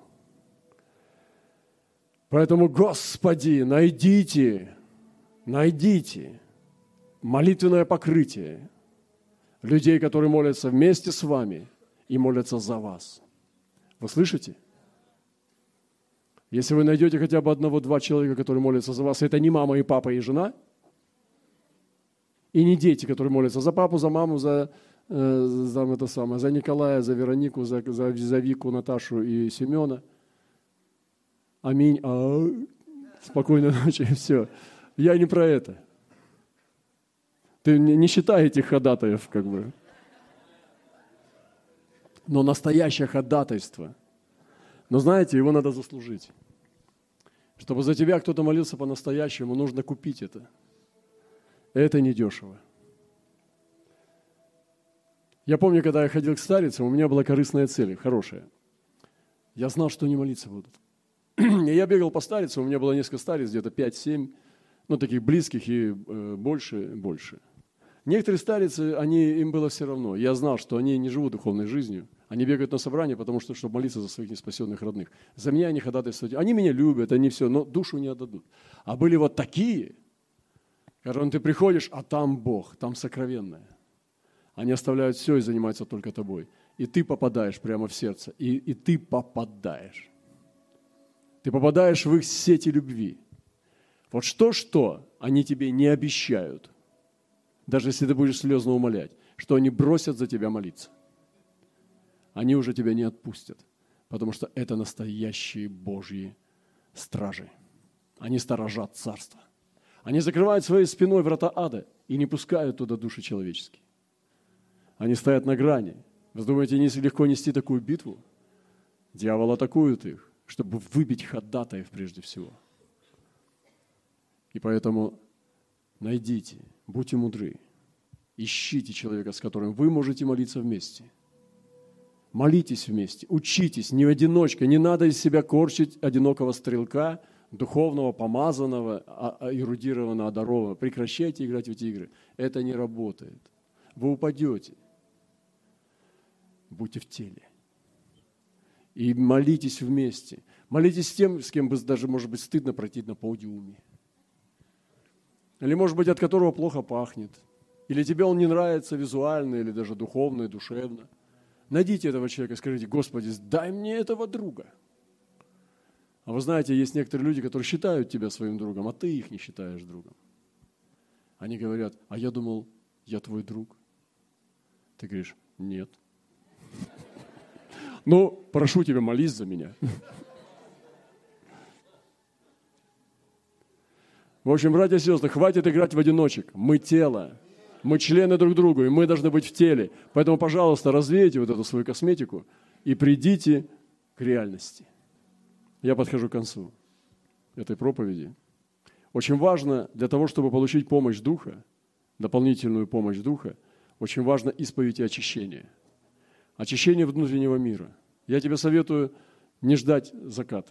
Поэтому, Господи, найдите, найдите молитвенное покрытие людей, которые молятся вместе с вами и молятся за вас. Вы слышите? Если вы найдете хотя бы одного-два человека, которые молятся за вас, это не мама и папа и жена, и не дети, которые молятся за папу, за маму, за, э, за, это самое, за Николая, за Веронику, за, за, за Вику, Наташу и Семена. Аминь. А, спокойной ночи. Все. Я не про это. Ты не считай этих ходатаев, как бы. Но настоящее ходатайство. Но знаете, его надо заслужить. Чтобы за тебя кто-то молился по-настоящему, нужно купить это. Это недешево. Я помню, когда я ходил к старицам, у меня была корыстная цель, хорошая. Я знал, что не молиться будут. И я бегал по старицам, у меня было несколько стариц, где-то пять-семь, ну, таких близких и э, больше, больше. Некоторые старицы, они, им было все равно. Я знал, что они не живут духовной жизнью. Они бегают на собрание, потому что, чтобы молиться за своих неспасенных родных. За меня они ходатайствуют. Они меня любят, они все, но душу не отдадут. А были вот такие, когда ты приходишь, а там Бог, там сокровенное. Они оставляют все и занимаются только тобой. И ты попадаешь прямо в сердце. И, и ты попадаешь. Ты попадаешь в их сети любви. Вот что-что, они тебе не обещают, даже если ты будешь слезно умолять, что они бросят за тебя молиться. Они уже тебя не отпустят, потому что это настоящие Божьи стражи. Они сторожат царство. Они закрывают своей спиной врата ада и не пускают туда души человеческие. Они стоят на грани. Вы думаете, не легко нести такую битву? Дьявол атакует их, чтобы выбить ходатаев прежде всего. И поэтому найдите, будьте мудры, ищите человека, с которым вы можете молиться вместе. Молитесь вместе, учитесь, не одиночка, не надо из себя корчить одинокого стрелка, духовного, помазанного, эрудированного, одарованного. Прекращайте играть в эти игры. Это не работает. Вы упадете. Будьте в теле. И молитесь вместе. Молитесь с тем, с кем бы даже, может быть, стыдно пройти на подиуме. Или, может быть, от которого плохо пахнет. Или тебе он не нравится визуально, или даже духовно и душевно. Найдите этого человека и скажите: Господи, дай мне этого друга. А вы знаете, есть некоторые люди, которые считают тебя своим другом, а ты их не считаешь другом. Они говорят: а я думал, я твой друг. Ты говоришь: нет. Ну, прошу тебя, молись за меня. В общем, братья и сестры, хватит играть в одиночек. Мы тело, мы члены друг другу, и мы должны быть в теле. Поэтому, пожалуйста, развейте вот эту свою косметику и придите к реальности. Я подхожу к концу этой проповеди. Очень важно для того, чтобы получить помощь Духа, дополнительную помощь Духа, очень важно исповедь и очищение. Очищение внутреннего мира. Я тебе советую не ждать заката.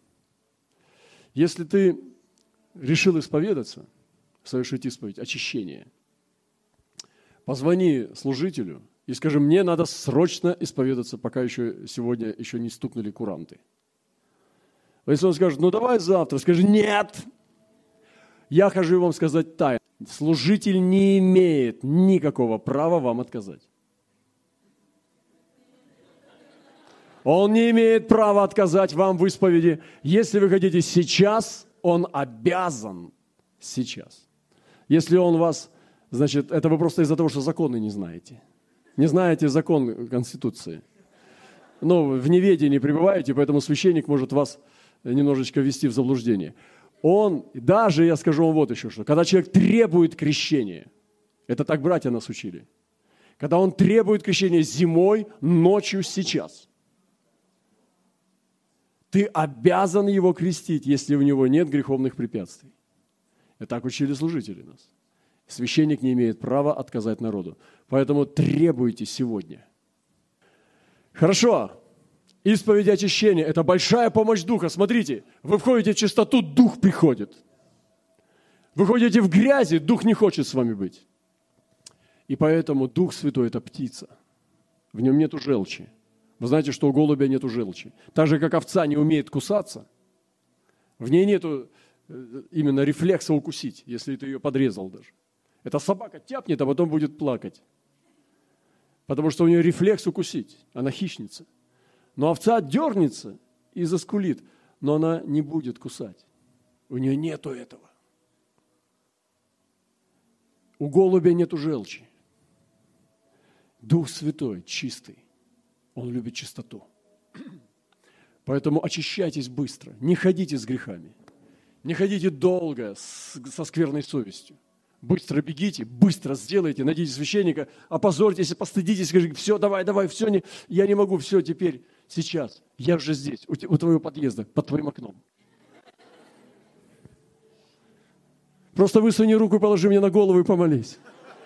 Если ты решил исповедаться, совершить исповедь, очищение, позвони служителю и скажи: мне надо срочно исповедаться, пока еще сегодня еще не стукнули куранты. Если он скажет: ну давай завтра, скажи: нет, я хочу вам сказать тайну. Служитель не имеет никакого права вам отказать. Он не имеет права отказать вам в исповеди. Если вы хотите сейчас, он обязан сейчас. Если он вас, значит, это вы просто из-за того, что законы не знаете. Не знаете закон Конституции. Ну, в неведении пребываете, поэтому священник может вас немножечко ввести в заблуждение. Он, даже, я скажу вам вот еще что, когда человек требует крещения, это так братья нас учили, когда он требует крещения зимой, ночью, сейчас, ты обязан его крестить, если у него нет греховных препятствий. И так учили служители нас. Священник не имеет права отказать народу. Поэтому требуйте сегодня. Хорошо. Исповедь и очищение – это большая помощь Духа. Смотрите, вы входите в чистоту, Дух приходит. Вы ходите в грязи, Дух не хочет с вами быть. И поэтому Дух Святой – это птица. В нем нету желчи. Вы знаете, что у голубя нету желчи. Так же, как овца не умеет кусаться, в ней нету именно рефлекса укусить, если ты ее подрезал даже. Эта собака тяпнет, а потом будет плакать. Потому что у нее рефлекс укусить. Она хищница. Но овца дернется и заскулит, но она не будет кусать. У нее нету этого. У голубя нету желчи. Дух Святой чистый. Он любит чистоту. Поэтому очищайтесь быстро. Не ходите с грехами. Не ходите долго со скверной совестью. Быстро бегите, быстро сделайте, найдите священника, опозорьтесь, постыдитесь, скажите: все, давай, давай, все, не, я не могу, все, теперь, сейчас, я уже здесь, у, у твоего подъезда, под твоим окном. Просто высуни руку, положи мне на голову и помолись.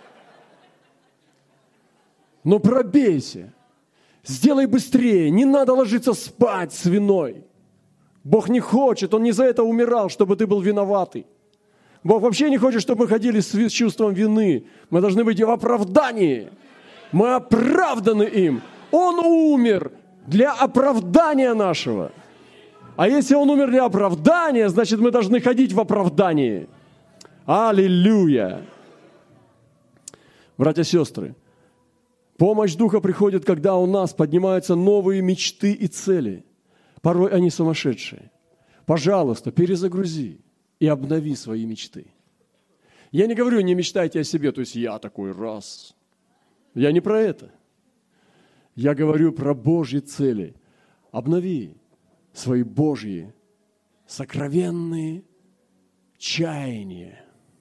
Но пробейся, сделай быстрее, не надо ложиться спать с виной. Бог не хочет, Он не за это умирал, чтобы ты был виноватый. Бог вообще не хочет, чтобы мы ходили с чувством вины. Мы должны быть в оправдании. Мы оправданы им. Он умер для оправдания нашего. А если Он умер для оправдания, значит, мы должны ходить в оправдании. Аллилуйя! Братья и сестры, помощь Духа приходит, когда у нас поднимаются новые мечты и цели. Порой они сумасшедшие. Пожалуйста, перезагрузи и обнови свои мечты. Я не говорю, не мечтайте о себе, то есть я такой раз. Я не про это. Я говорю про Божьи цели. Обнови свои Божьи сокровенные чаяния.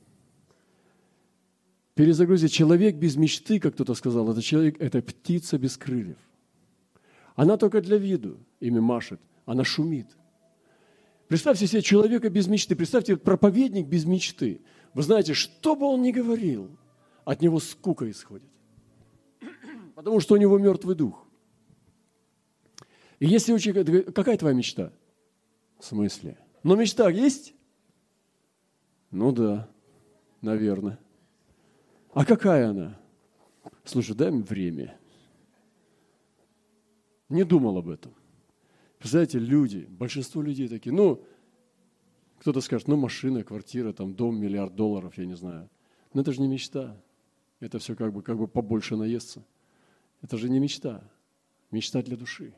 Перезагрузи. Человек без мечты, как кто-то сказал, это человек, это птица без крыльев. Она только для виду ими машет, она шумит. Представьте себе человека без мечты, представьте проповедник без мечты. Вы знаете, что бы он ни говорил, от него скука исходит. Потому что у него мертвый дух. И если у человека... Какая твоя мечта? В смысле? Но мечта есть? Ну да, наверное. А какая она? Слушай, дай мне время. Не думал об этом. Представляете, люди, большинство людей такие, ну, кто-то скажет, ну, машина, квартира, там, дом, миллиард долларов, я не знаю. Но это же не мечта. Это все как бы, как бы побольше наесться. Это же не мечта. Мечта для души.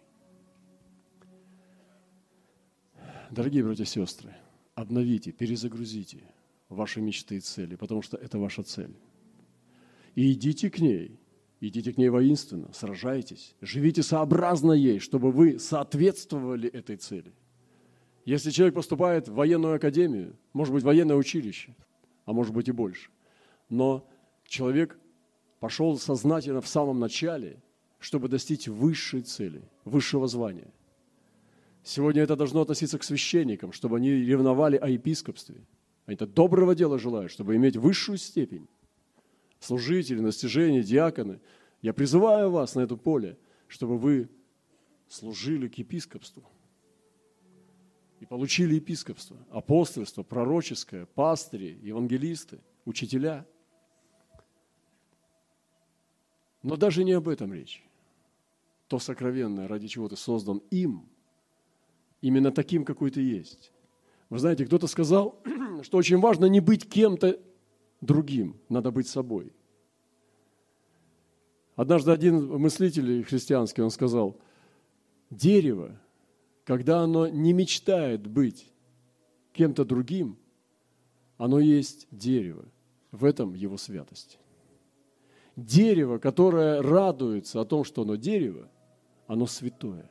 Дорогие братья и сестры, обновите, перезагрузите ваши мечты и цели, потому что это ваша цель. И идите к ней. Идите к ней воинственно, сражайтесь, живите сообразно ей, чтобы вы соответствовали этой цели. Если человек поступает в военную академию, может быть, военное училище, а может быть и больше, но человек пошел сознательно в самом начале, чтобы достичь высшей цели, высшего звания. Сегодня это должно относиться к священникам, чтобы они ревновали о епископстве. Они-то доброго дела желают, чтобы иметь высшую степень. Служители, достижения, диаконы, я призываю вас на это поле, чтобы вы служили к епископству и получили епископство, апостольство, пророческое, пастыри, евангелисты, учителя. Но даже не об этом речь. То сокровенное, ради чего ты создан им, именно таким, какой ты есть. Вы знаете, кто-то сказал, что очень важно не быть кем-то другим, надо быть собой. Однажды один мыслитель христианский, он сказал, дерево, когда оно не мечтает быть кем-то другим, оно есть дерево. В этом его святость. Дерево, которое радуется о том, что оно дерево, оно святое.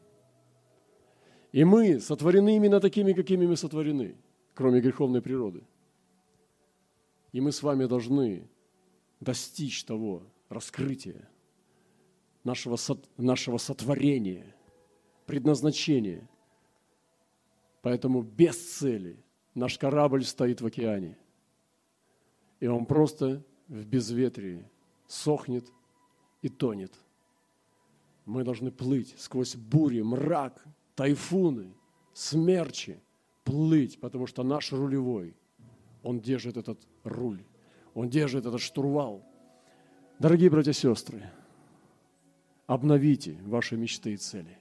И мы сотворены именно такими, какими мы сотворены, кроме греховной природы. И мы с вами должны достичь того раскрытия нашего, нашего сотворения, предназначения. Поэтому без цели наш корабль стоит в океане. И он просто в безветрии сохнет и тонет. Мы должны плыть сквозь бури, мрак, тайфуны, смерчи, плыть, потому что наш рулевой, он держит этот руль, он держит этот штурвал. Дорогие братья и сестры, обновите ваши мечты и цели.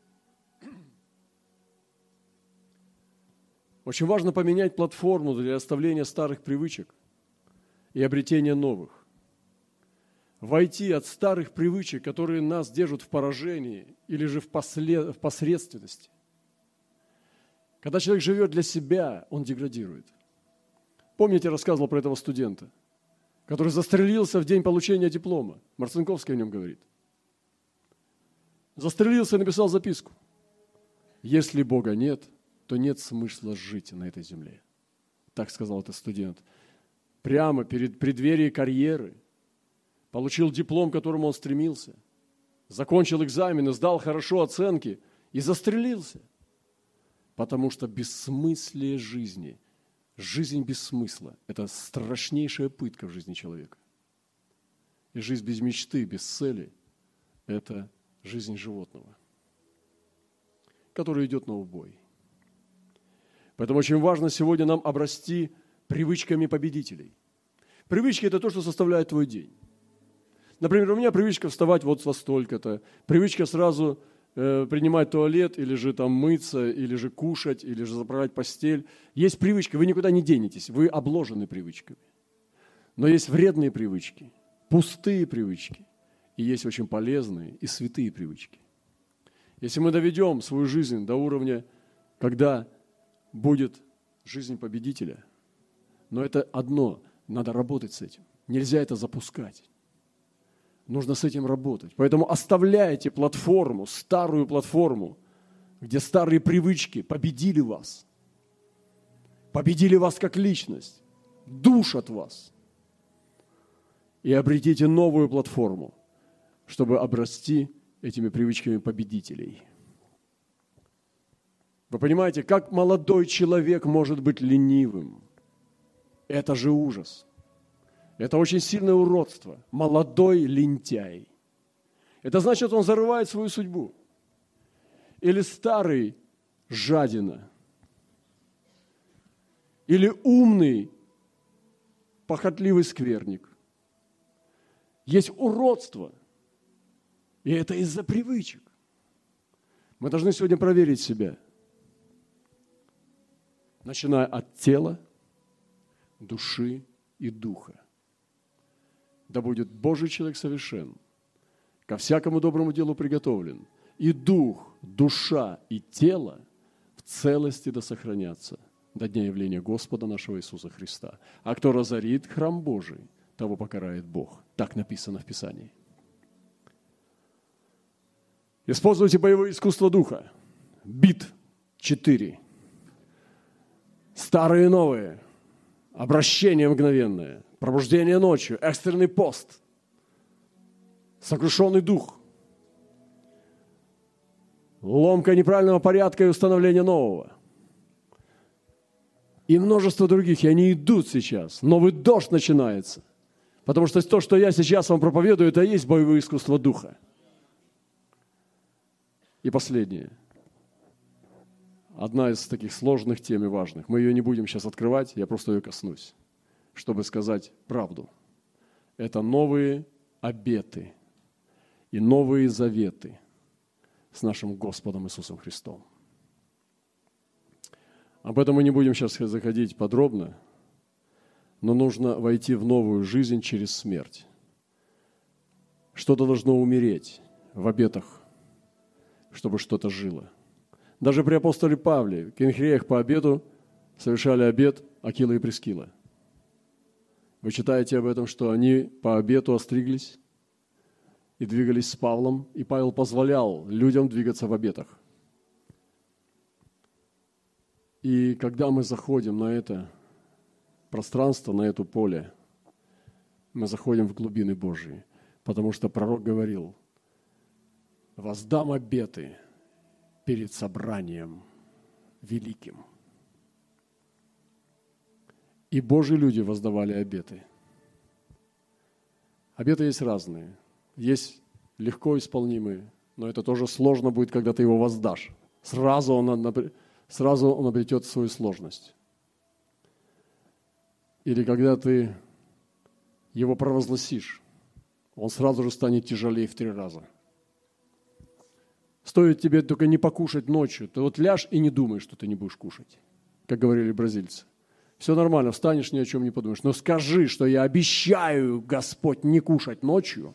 Очень важно поменять платформу для оставления старых привычек и обретения новых. Войти от старых привычек, которые нас держат в поражении или же в, послед... в посредственности. Когда человек живет для себя, он деградирует. Помните, я рассказывал про этого студента, который застрелился в день получения диплома. Марцинковский о нем говорит. Застрелился и написал записку. Если Бога нет, то нет смысла жить на этой земле. Так сказал этот студент. Прямо перед преддверием карьеры получил диплом, к которому он стремился, закончил экзамены, сдал хорошо оценки и застрелился. Потому что бессмыслие жизни, жизнь без смысла – это страшнейшая пытка в жизни человека. И жизнь без мечты, без цели – это жизнь животного, который идет на убой. Поэтому очень важно сегодня нам обрасти привычками победителей. Привычки – это то, что составляет твой день. Например, у меня привычка вставать вот во столько-то, привычка сразу э, принимать туалет, или же там мыться, или же кушать, или же заправлять постель. Есть привычки, вы никуда не денетесь, вы обложены привычками. Но есть вредные привычки, пустые привычки, и есть очень полезные и святые привычки. Если мы доведем свою жизнь до уровня, когда будет жизнь победителя, но это одно, Надо работать с этим. Нельзя это запускать. Нужно с этим работать. Поэтому оставляйте платформу, старую платформу, где старые привычки победили вас. Победили вас как личность, душат вас. И обретите новую платформу, чтобы обрасти этими привычками победителей. Вы понимаете, как молодой человек может быть ленивым? Это же ужас. Это очень сильное уродство. Молодой лентяй. Это значит, он зарывает свою судьбу. Или старый жадина. Или умный похотливый скверник. Есть уродство. И это из-за привычек. Мы должны сегодня проверить себя. Начиная от тела, души и духа. Да будет Божий человек совершен, ко всякому доброму делу приготовлен, и дух, душа и тело в целости да сохранятся до дня явления Господа нашего Иисуса Христа. А кто разорит храм Божий, того покарает Бог. Так написано в Писании. Используйте боевые искусства духа. Бит четыре. Старые и новые. Обращение мгновенное. Пробуждение ночью. Экстренный пост. Сокрушенный дух. Ломка неправильного порядка и установление нового. И множество других. И они идут сейчас. Новый дождь начинается. Потому что то, что я сейчас вам проповедую, это и есть боевые искусства духа. И последнее. Одна из таких сложных тем и важных. Мы ее не будем сейчас открывать, я просто ее коснусь, чтобы сказать правду. Это новые обеты и новые заветы с нашим Господом Иисусом Христом. Об этом мы не будем сейчас заходить подробно, но нужно войти в новую жизнь через смерть. Что-то должно умереть в обетах, чтобы что-то жило. Даже при апостоле Павле, в Кенхреях по обету совершали обет Акила и Прискила. Вы читаете об этом, что они по обету остриглись и двигались с Павлом, и Павел позволял людям двигаться в обетах. И когда мы заходим на это пространство, на это поле, мы заходим в глубины Божьи, потому что пророк говорил: «Воздам обеты перед собранием великим». И Божьи люди воздавали обеты. Обеты есть разные. Есть легко исполнимые, но это тоже сложно будет, когда ты его воздашь. Сразу он, сразу он обретет свою сложность. Или когда ты его провозгласишь, он сразу же станет тяжелее в три раза. Стоит тебе только не покушать ночью, ты вот ляжь и не думай, что ты не будешь кушать, как говорили бразильцы. Все нормально, встанешь, ни о чем не подумаешь. Но скажи, что я обещаю, Господь, не кушать ночью.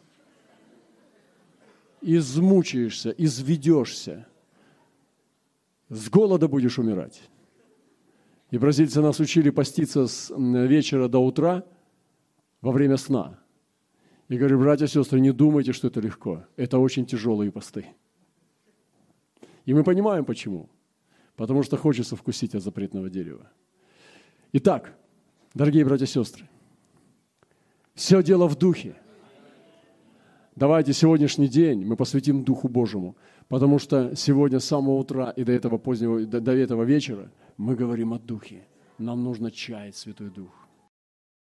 Измучаешься, изведешься. С голода будешь умирать. И бразильцы нас учили поститься с вечера до утра во время сна. И говорю: братья и сестры, не думайте, что это легко. Это очень тяжелые посты. И мы понимаем, почему. Потому что хочется вкусить от запретного дерева. Итак, дорогие братья и сестры, все дело в духе. Давайте сегодняшний день мы посвятим Духу Божьему, потому что сегодня с самого утра и до этого позднего, до, до этого вечера мы говорим о Духе. Нам нужно чаять Святой Дух.